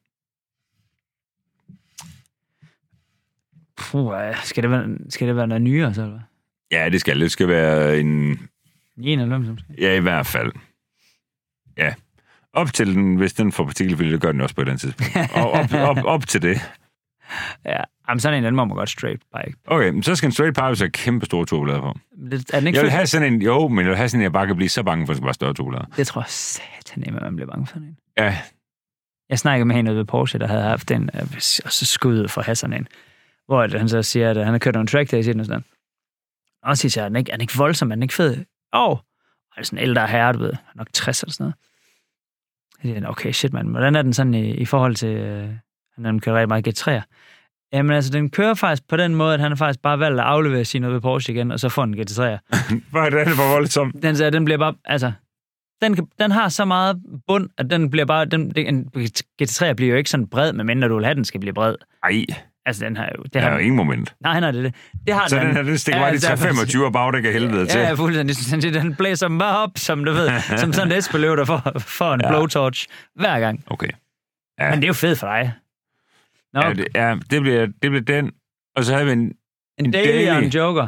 Puh, skal det være, skal det være noget nyere, så eller? Ja, det skal det. skal være en... enoghalvfems måske? Ja, i hvert fald. Ja. Op til den, hvis den får partikelfilter, det gør den også på et eller andet tidspunkt. Og op, op, op til det. Ja, jamen sådan en anden må man godt straight bike. Okay, men så skal en straight bike have kæmpe store turbolader på. Det, er den ikke jeg vil fedt? have sådan en, jo, men jeg vil have sådan en, jeg bare kan blive så bange for, at det skal være større turbolader. Det tror jeg satan, at man bliver bange for den. Ja. Jeg snakkede med hende ved Porsche, der havde haft den, og så skuddet for at have sådan en, hvor han så siger, at han har kørt nogle track days i den og sådan. Og så siger jeg, er den ikke, er den ikke voldsom, er den ikke fed? Åh, oh. Og det er sådan en ældre herre, du ved, nok tres eller sådan noget. Så siger jeg, okay, shit, man. Hvordan er den sådan i, i forhold til, øh, han kører rigtig meget G tre'er? Jamen altså, den kører faktisk på den måde, at han har faktisk bare valgt at aflevere sin noget ved Porsche igen, og så får den G tre'er. Hvad er det for voldsomt? Den, så, den bliver bare, altså, den, den har så meget bund, at den bliver bare, den, en G tre'er bliver jo ikke sådan bred, medmindre du vil have, den skal blive bred. Ej. Altså, den har jo... Det der har er jo ingen moment. Nej, nej, det er det. Det har så den, den her, den stikker bare ja, de tre femogtyve og bagdæk af helvede ja, til. Ja, ja, fuldstændig. Den blæser dem bare op, som du ved, som sådan et esbeløv, der får, får en ja. blowtorch hver gang. Okay. Ja. Men det er jo fedt for dig. Nå. Ja, det, ja, det bliver, det bliver den. Og så havde vi en... En, en daily, daily og en joker.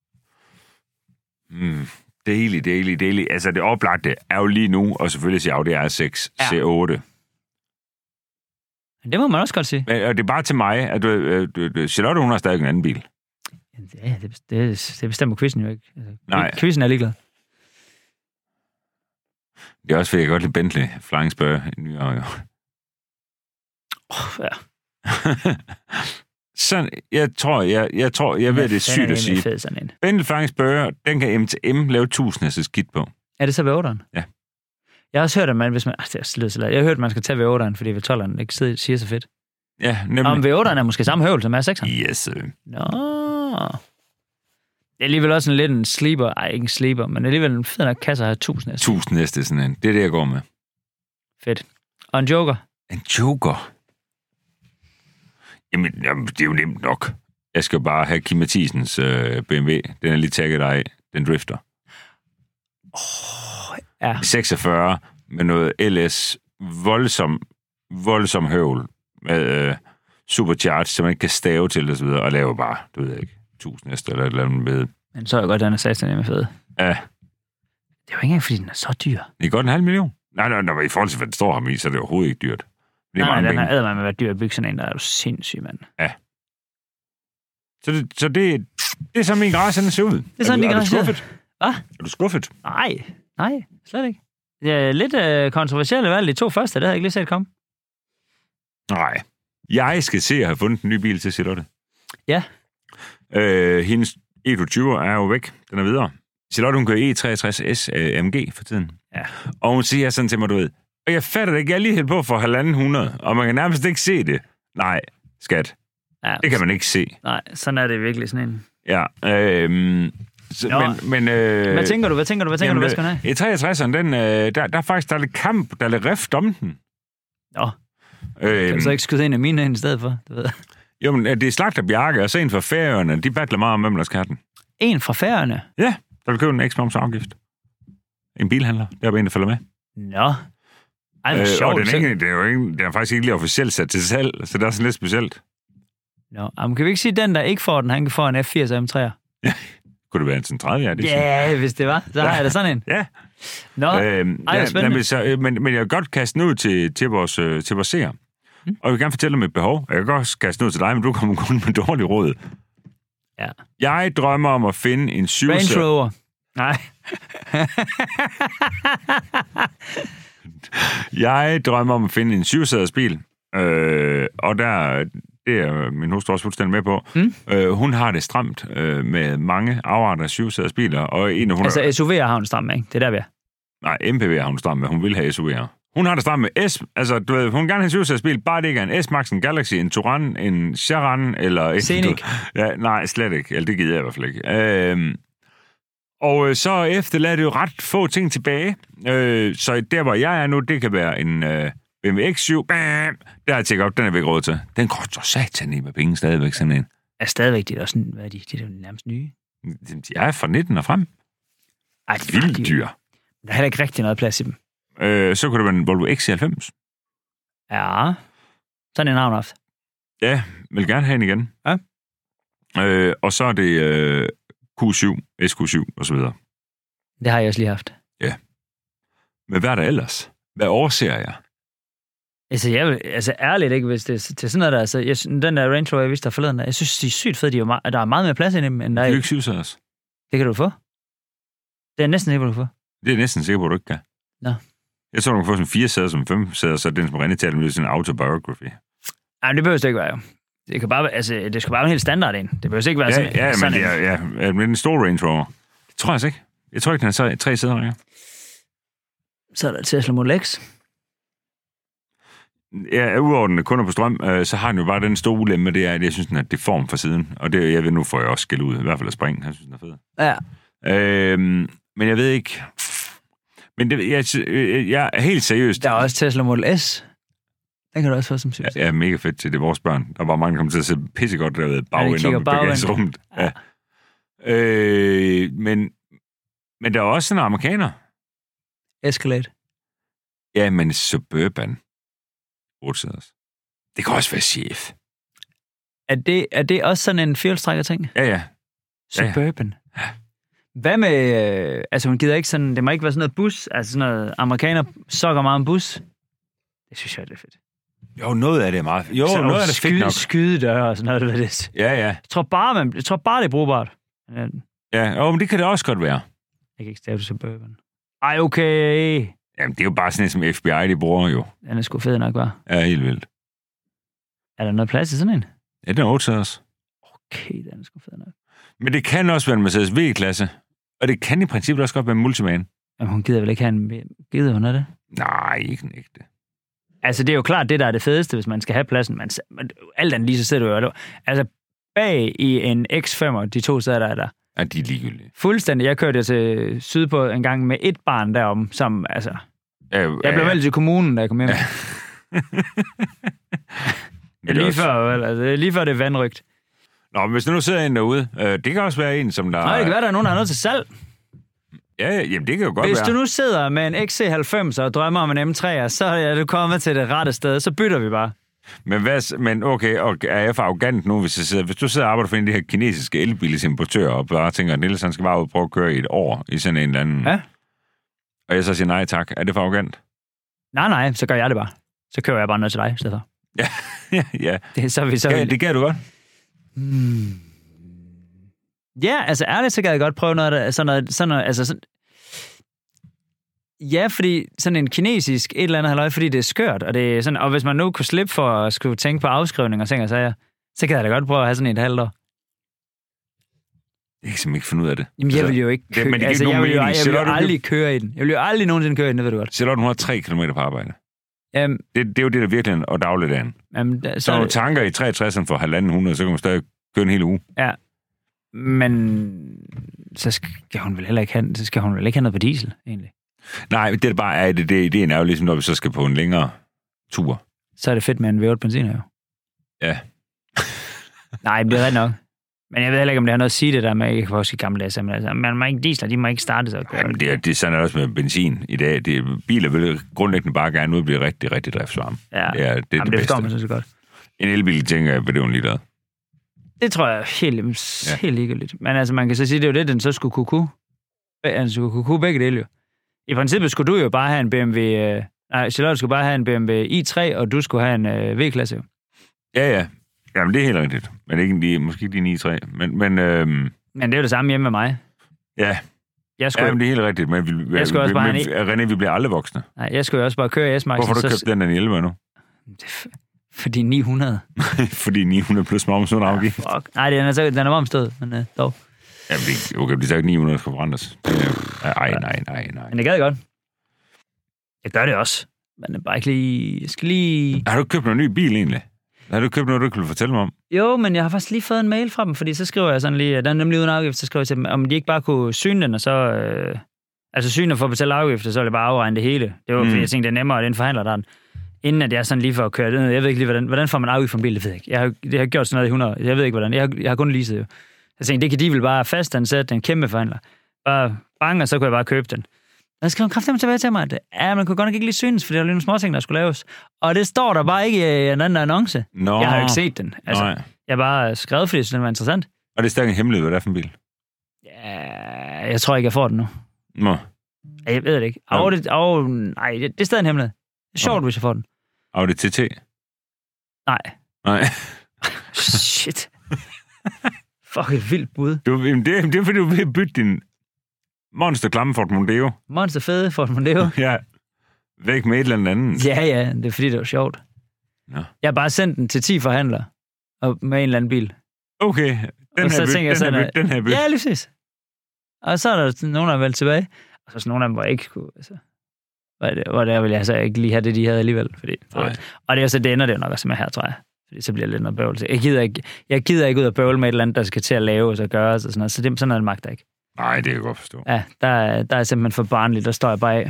Mm, daily, daily, daily. Altså, det oplagte er jo lige nu, og selvfølgelig siger Audi R seks, ja. C otte. Det må man også godt sige. Men, og det er bare til mig, at du, du, du, Charlotte, hun har stadig en anden bil. Ja, det, det, det bestemmer quizzen jo ikke. Altså, nej. Quizzen er ligeglad. Det er også, fordi jeg godt lide Bentley Flying Spur i nyere jo. Oh, ja. sådan, jeg tror, jeg, jeg tror, jeg ved, det er sygt at sige. Fed, sådan en. Bentley Flying Spur, den kan M til M lave tusind af skidt på. Er det så ved otteren? Ja. Jeg har også hørt, at man, hvis man... Altså, det er slet, slet. Jeg har hørt, at man skal tage V otteren, fordi V tolveren ikke siger så fedt. Ja, nemlig. Om V otteren er måske samme høvel som R sekseren. Yes, sir. Nå. Det er alligevel også en lidt en sleeper. Ej, ikke en sleeper, men alligevel en fed nok kasse at have tusind næste. Tusind næste, sådan en. Det er det, jeg går med. Fedt. Og en joker? En joker? Jamen, jamen det er jo nemt nok. Jeg skal bare have Kim Mathisens øh, B M W. Den er lige tagget af. Den drifter. Åh, oh, ja. seksogfyrre med noget L S. Voldsom, voldsom høvl. Med øh, supercharge, så man ikke kan stave til det og så videre. Og lave bare, du ved ikke, tusind næste eller et eller andet med. Men så er jeg godt, at den er satan med fed. Ja. Det er jo ikke engang, fordi den er så dyr. Det er godt en halv million. Nej, nej, nej, i forhold til, hvad den står ham i, så er det overhovedet ikke dyrt. Det er nej, nej, den har æder med at være dyr at bygge sådan en, der er jo sindssyg, mand. Ja. Så det, så det, det er sådan, min græs, den ser ud. Det er sådan, er, din græs. Er du skuffet? Hvad? Er du skuffet? Nej, nej, slet ikke. Det er lidt øh, kontroversielle valg, de to første, det havde jeg ikke lige set komme. Nej. Jeg skal se at have fundet en ny bil til Charlotte. Ja. Øh, hendes E toogtyve er jo væk. Den er videre. Charlotte, hun kører E treogtres S øh, A M G for tiden. Ja. Og hun siger sådan til mig, du ved, og jeg fatter det ikke, jeg er lige helt på for halvanden hundrede, og man kan nærmest ikke se det. Nej, skat. Ja, det kan man ikke se. Nej, sådan er det virkelig sådan en. Ja, øh, så, men... men øh, hvad tænker du, hvad tænker du, hvad tænker jamen, du, hvad skal den have? E treogtres'eren, den, øh, der, der er faktisk, der er lidt kamp, der er lidt rift om den. Nå. Øh, kan du så ikke skyde en af mine ind i stedet for? Du ved. Jo, men det er Slagter Bjarke, og så en fra Færøerne, de battler meget om, hvem der skal have den. En fra Færøerne? Ja, der vil købe en ekstra afgift. En bilhandler, der er en, der følger med. Nå. Ej, hvor sjovt. Og den er, ikke, det er jo ikke, den er faktisk ikke lige officielt sat til salg, så det er sådan lidt specielt. Nå, men kan vi ikke sige, at den, der ikke får den, han kan få en F firs M tre'er? Ja, kunne det være en sådan tredive, ja. Det ja, hvis det var, så ja. Har jeg da sådan en. Ja. Nå, øhm, ej, ja, men, så, men, men jeg vil godt kaste den ud til, til vores, til vores seere. Hmm. Og jeg vil gerne fortælle om et behov. Jeg kan godt kaste den ud til dig, men du kommer kun med dårlig råd. Ja. Jeg drømmer om at finde en syv... Range Rover. Nej. Jeg drømmer om at finde en syvsæders bil, øh, og der, det er min hustru også fuldstændig med på. Mm. Øh, hun har det stramt øh, med mange afarter af syvsæders biler, og en af hun... Altså S U V'er har hun stramt med, ikke? Det er der, vi er. Nej, M P V har hun stramt med. Hun vil have S U V'er. Hun har det stramt med S... Altså, du ved, hun vil gerne have en syvsæders bil, bare det ikke er en S-Max, en Galaxy, en Touran, en Charan, eller... En, Scenic. Ja, nej, slet ikke. Eller det gider jeg i hvert fald ikke. Øh, Og så efterlader det jo ret få ting tilbage. Øh, så der, hvor jeg er nu, det kan være en øh, B M W X syv. Bam! Der har jeg tjekket op, den er væk råd til. Den koster satan i med penge stadigvæk, sådan en. Er stadigvæk, de er også sådan, hvad er de? De er jo nærmest nye. De er fra nitten og frem. Ej, de vildt de, dyr. Der er heller ikke rigtig noget plads i dem. Øh, så kunne det være en Volvo X C halvfems. Ja, sådan en har hun haft. Ja, vil gerne have en igen. Ja. Øh, og så er det... Øh, Q syv, S Q syv og så videre. Det har jeg også lige haft. Ja. Men hvad er der ellers? Hvad overser jeg? Altså, jeg vil, altså ærligt ikke, hvis det er til sådan noget der. Altså, jeg, den der Range Rover, jeg viste der forleden, der, jeg synes, de er sygt fede. De er meget, der er meget mere plads i dem, end der er. Det er jo ikke syvsæders. Det kan du få. Det er jeg næsten sikker på, du får. Det er jeg næsten sikker på, du ikke kan. Nå. Jeg tror, du kan få sådan fire sæder som fem sæder, så er den som René taler med sådan en autobiography. Nej, det behøver det ikke være, jo. Det kan bare, altså, det skal bare være en helt standard ind. Det behøver ikke være ja, sådan, ja, sådan men en. Ja, ja, med den store Range Rover. Det tror jeg altså ikke. Jeg tror ikke, den har så tre sæder, ikke? Så er der Tesla Model X. Ja, udover den kunder på strøm, øh, så har den jo bare den store ulempe, det er, at jeg synes, den er deform fra siden. Og det, jeg ved, nu får jeg også skæld ud, i hvert fald at springe. Jeg synes, den er fed. Ja. Øhm, men jeg ved ikke... Men det, jeg, jeg er helt seriøst... Der er også Tesla Model S. Den kan du også få som succes. Ja, er mega fedt til det, vores børn. Der var mange, der kom til at se pissegodt derude bagend om bagagerummet. Ja. Ja. Øh, men, men der er også sådan en amerikaner. Escalade. Ja, men Suburban. otte-sæders. Det kan også være chef. Er det, er det også sådan en fjolstrækker ting? Ja, ja. Suburban. Ja. Hvad med... Øh, altså, hun gider ikke sådan... Det må ikke være sådan noget bus. Altså, sådan noget amerikaner sokker meget om bus. Det synes jeg, det er fedt. Jo, noget af det er meget... Jo, så, noget af det er fedt nok. Skydedøre og sådan noget, det det. Ja, ja. Jeg tror bare, man, jeg tror bare det er brugbart. Ja, jo, men det kan det også godt være. Jeg kan ikke stave til Suburban. Ej, okay. Jamen, det er jo bare sådan en, som F B I, de bruger jo. Den er sgu fed nok, hva'? Ja, helt vildt. Er der noget plads til sådan en? Ja, den er otte-sæders. Okay, den er sgu fed nok. Men det kan også være en Mercedes V-klasse. Og det kan i princippet også godt være en Multiman. Jamen, hun gider vel ikke have en... Gider hun af det? Nej, ikke en ægte. Altså, det er jo klart det, der er det fedeste, hvis man skal have pladsen. Man, man, alt andet lige, så sidder du jo... Altså, bag i en X fem, de to sæder, der er der. Ja, de er ligegyldige. Fuldstændig. Jeg kørte til Sydpå en gang med et barn derom, som, altså... Ja, jeg blev ja. valgt til kommunen, da jeg kom hjem. Ja. det er lige også... før, vel? Altså, det er lige før, det er vandrygt. Nå, men hvis der nu sidder en derude, øh, det kan også være en, som der... Nej, det kan være, der er nogen, der er noget til salg. Ja, jamen det kan jo godt hvis være. Hvis du nu sidder med en X C halvfems og drømmer om en M tre, så er du kommet til det rette sted, så bytter vi bare. Men, hvad, men okay, og er jeg for arrogant nu, hvis, jeg sidder, hvis du sidder og arbejder for en af de her kinesiske elbilsimportører, og bare tænker, at Niels han skal bare ud og prøve at køre i et år i sådan en eller anden... Ja. Og jeg så siger nej tak, er det for arrogant? Nej, nej, så gør jeg det bare. Så kører jeg bare noget til dig i stedet for. Ja, ja, ja. Det, så vi, så ja, det gør du godt. Hmm. Ja, altså ærligt, så kan jeg godt prøve noget, der, sådan noget, sådan noget altså sådan... Ja, fordi sådan en kinesisk et eller andet halløj, fordi det er skørt, og det er sådan, og hvis man nu kunne slippe for at skulle tænke på afskrivning og ting og sager, så kan jeg da godt prøve at have sådan et halvt år. Jeg kan simpelthen ikke finde ud af det. Jamen, jeg vil jo ikke køre, det, altså, jeg vil jo, jeg vil jo aldrig køre i den. Jeg vil jo aldrig nogensinde køre i den, det ved du godt. Charlotte, hun har tre kilometer på arbejde. Um, det, det er jo det, der virkelig og dagligdagen. Um, da, så så når du tanker i treogtresserne for halvanden hundrede, så kan man stadig køre en hel uge. Ja, men så skal hun vel heller ikke have, så skal hun vel ikke have noget på diesel, egentlig. Nej, det er bare, det, det, ideen er jo ligesom, når vi så skal på en længere tur. Så er det fedt med en V otte benzin, jo. Ja. Nej, det er ret nok. Men jeg ved heller ikke, om det har noget at sige det der med, jeg kan også i gamle dage, men altså, man må ikke diesel, de må ikke starte sig. Ja, men det er, det er sådan også med benzin i dag. Det, biler vil grundlæggende bare gerne ud og blive rigtig, rigtig driftsvarme. Ja, det er det, Jamen, det, det bedste. Man så godt. En elbil, tænker jeg, hvad det er jo en liter. Det tror jeg er helt, ja. helt ligegyldigt. Men altså, man kan så sige, det er jo det, den så skulle kunne kunne. Altså, skulle kunne begge dele jo. I princippet skulle du jo bare have en B M W... Øh, nej, Charlotte skulle bare have en B M W i tre, og du skulle have en øh, V-klasse jo. Ja, ja. Jamen, det er helt rigtigt. Men ikke lige, måske ikke lige i tre. Men, men, øhm... men det er jo det samme hjemme med mig. Ja. Jeg skulle... Jamen, det er helt rigtigt. Men vi, jeg skulle vi, også bare men, René, vi bliver aldrig voksne. Nej, jeg skulle jo også bare køre i S-Max. Hvorfor har du så... købt den der i elleve nu? Fordi ni hundrede. Fordi ni hundrede plus moms uden afgift. Ja, fuck. Nej, den er, så, den er omstået, men uh, dog. Jamen, det, okay, det er ikke ni hundrede, der skal forandres. Nej, nej, nej, nej. Men det gad godt. Jeg gør det også. Men bare ikke lige... Jeg skal lige... Har du købt en ny bil egentlig? Har du købt noget, du kan fortælle mig om? Jo, men jeg har faktisk lige fået en mail fra dem, fordi så skriver jeg sådan lige... Den er nemlig uden afgift, så skriver jeg til dem, om de ikke bare kunne syne den, og så... Øh, altså syne for at betale afgifter, så er det bare afregne det hele. Det var mm. fordi, jeg tænkte, det er nemmere, at den forhandler der. Inden at jeg sådan lige får at køre det ned. Jeg ved ikke lige, hvordan, hvordan får man afgift for en bil, det ved jeg ikke. Jeg har, det har gjort sådan noget i hundrede. Jeg ved ikke, hvordan. Jeg har, jeg har kun leaset jo. Jeg tænkte, det kan de vel bare fastansætte, en kæmpe forhandler. Bare bang, og så kunne jeg bare købe den. Og så skrev hun kraftigt tilbage til mig, at ja, man kunne godt nok ikke lige synes, for det var lige nogle småting, der skulle laves. Og det står der bare ikke i en anden annonce. Nå. Jeg har jo ikke set den. Altså, Nej. jeg har bare skrevet, fordi jeg synes, den var interessant. Og det er stadig en hemmelighed, hvad det er for en bil? Ja, jeg tror ikke, jeg får den nu. Nå. Jeg ved det ikke. Au, det, au, nej, det, det er stadig en hemmelighed. Det er sjovt, ja. Hvis jeg får den. Audi T T? Nej. Nej. Shit. Fuck, et vildt bud. Du, det, det er fordi, du vil bytte din Monster klamme Ford Mondeo. Monster fede Ford Mondeo. Ja. Væk med et eller andet. Ja, ja. Det er fordi, det var sjovt. Ja. Jeg har bare sendt den til ti forhandlere. Og med en eller anden bil. Okay. Den og så her byt, tænker jeg den, her sådan, byt, den her byt. Ja, lige præcis. Og så er der nogen, der er valgt tilbage. Og så er der nogle af dem, hvor jeg ikke skulle... Altså, hvor der ville jeg så ikke lige have det, de havde alligevel. Fordi, og det er så, det ender det jo nok også med her, tror jeg. Fordi så bliver det lidt noget bøvl. Jeg gider ikke, jeg gider ikke ud af bøvl med et eller andet, der skal til at lave og så gøre og sådan noget. Så det, sådan noget magter ikke. Nej, det kan jeg godt forstå. Ja, der, der er simpelthen for barnligt, der står jeg bare af.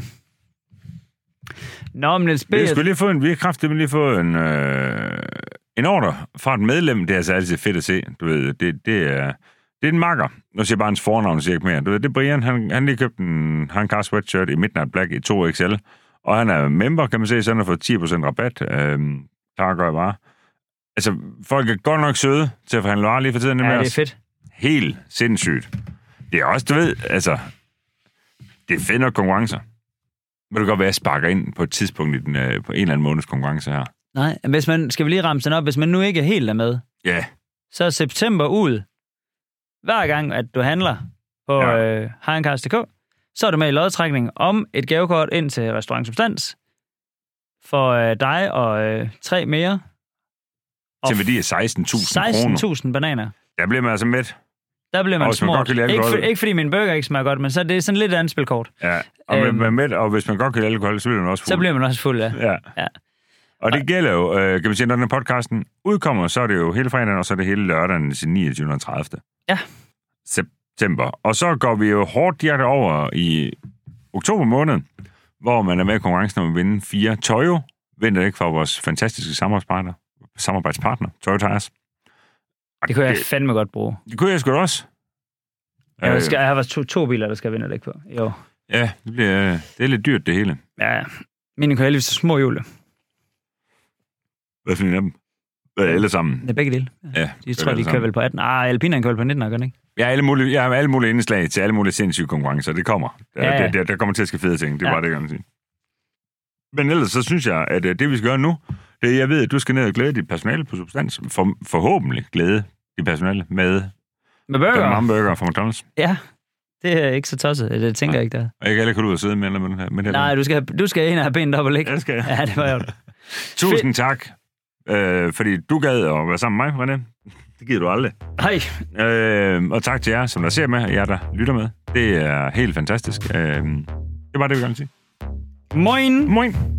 Nå, men Niels B... Vi skulle lige få en virkkraft, det vil lige få en, øh, en ordre fra et medlem. Det er altså altid fedt at se. Du ved, det, det er... Det er en makker. Nu siger jeg bare hans fornavn, siger ikke mere. Du ved, det er Brian. Han har lige købt en Hancar sweatshirt i Midnight Black i to X L. Og han er member, kan man se, så han har fået ti procent rabat. Øhm, klar at gøre bare. Altså, folk er godt nok søde til at forhandle varer lige for tiden. Ja, det er fedt. Helt sindssygt. Det er også, du ved, altså... Det er fedt nok konkurrencer. Vil du godt være, at jeg sparker ind på et tidspunkt i den, øh, på en eller anden måneds konkurrence her? Nej, hvis man... Skal vi lige ramme den op? Hvis man nu ikke er helt er med, ja. Så er september ud. Hver gang, at du handler på ja. øh, Harencars punktum d k, så er du med i lodtrækning om et gavekort ind til Restaurant Substans for øh, dig og øh, tre mere. Og til værdi af seksten tusind kroner. seksten tusind bananer. Der bliver man altså mæt. Der bliver man smurt. Ikke, for, ikke fordi min burger ikke smager godt, men så det er sådan lidt andet spilkort. Ja, og, øhm, med, med, og hvis man godt kan lide alkohol, så bliver man også fuld. Så bliver man også fuld, ja. ja. ja. Og det gælder jo, øh, kan vi sige, når den podcasten udkommer, så er det jo hele fredagen, og så er det hele lørdagen den niogtyvende og tredivte Ja. september. Og så går vi jo hårdt direkte over i oktober måned, hvor man er med i konkurrencen om at vinde fire Toyo. Venter ikke for vores fantastiske samarbejdspartner, samarbejdspartner Toyo Tires. Det kunne jeg det, fandme godt bruge. Det kunne jeg sgu også. Jeg, skal, jeg har to, to biler, der skal vinde det ikke på. Jo. Ja, det, bliver, det er lidt dyrt, det hele. Ja, mine kan heldigvis små hjul. Hvad for en af dem? Hvad er alle sammen? Det er begge dele. Ja, ja de tror, de kører vel på atten. Ah, Alpineren kører på nitten, gør den ikke? Jeg har alle mulige, jeg har alle mulige indslag til alle mulige sindssyge konkurrencer. Det kommer. Der, ja, ja. Der, der kommer til at ske fede ting. Det er ja. bare det, jeg kan sige. Men ellers så synes jeg, at det vi skal gøre nu, det er, jeg ved, at du skal ned og glæde dit personale på Substans. For, forhåbentlig glæde dit personale med... Med burger? Med hamburger fra McDonald's. Ja, det er ikke så tosset. Det tænker ja. jeg ikke, der. Og jeg kan heller ikke ud og sidde med, med den her. Med Nej, du skal, du skal ind og have benet op og ligge. Jeg skal. Ja, det var jo Tusind tak, øh, fordi du gad at være sammen med mig, René. Det gider du aldrig. Hej. Øh, og tak til jer, som der ser med, og jer, der lytter med. Det er helt fantastisk. Øh, det var det, vi gerne sige. Moin. Moin.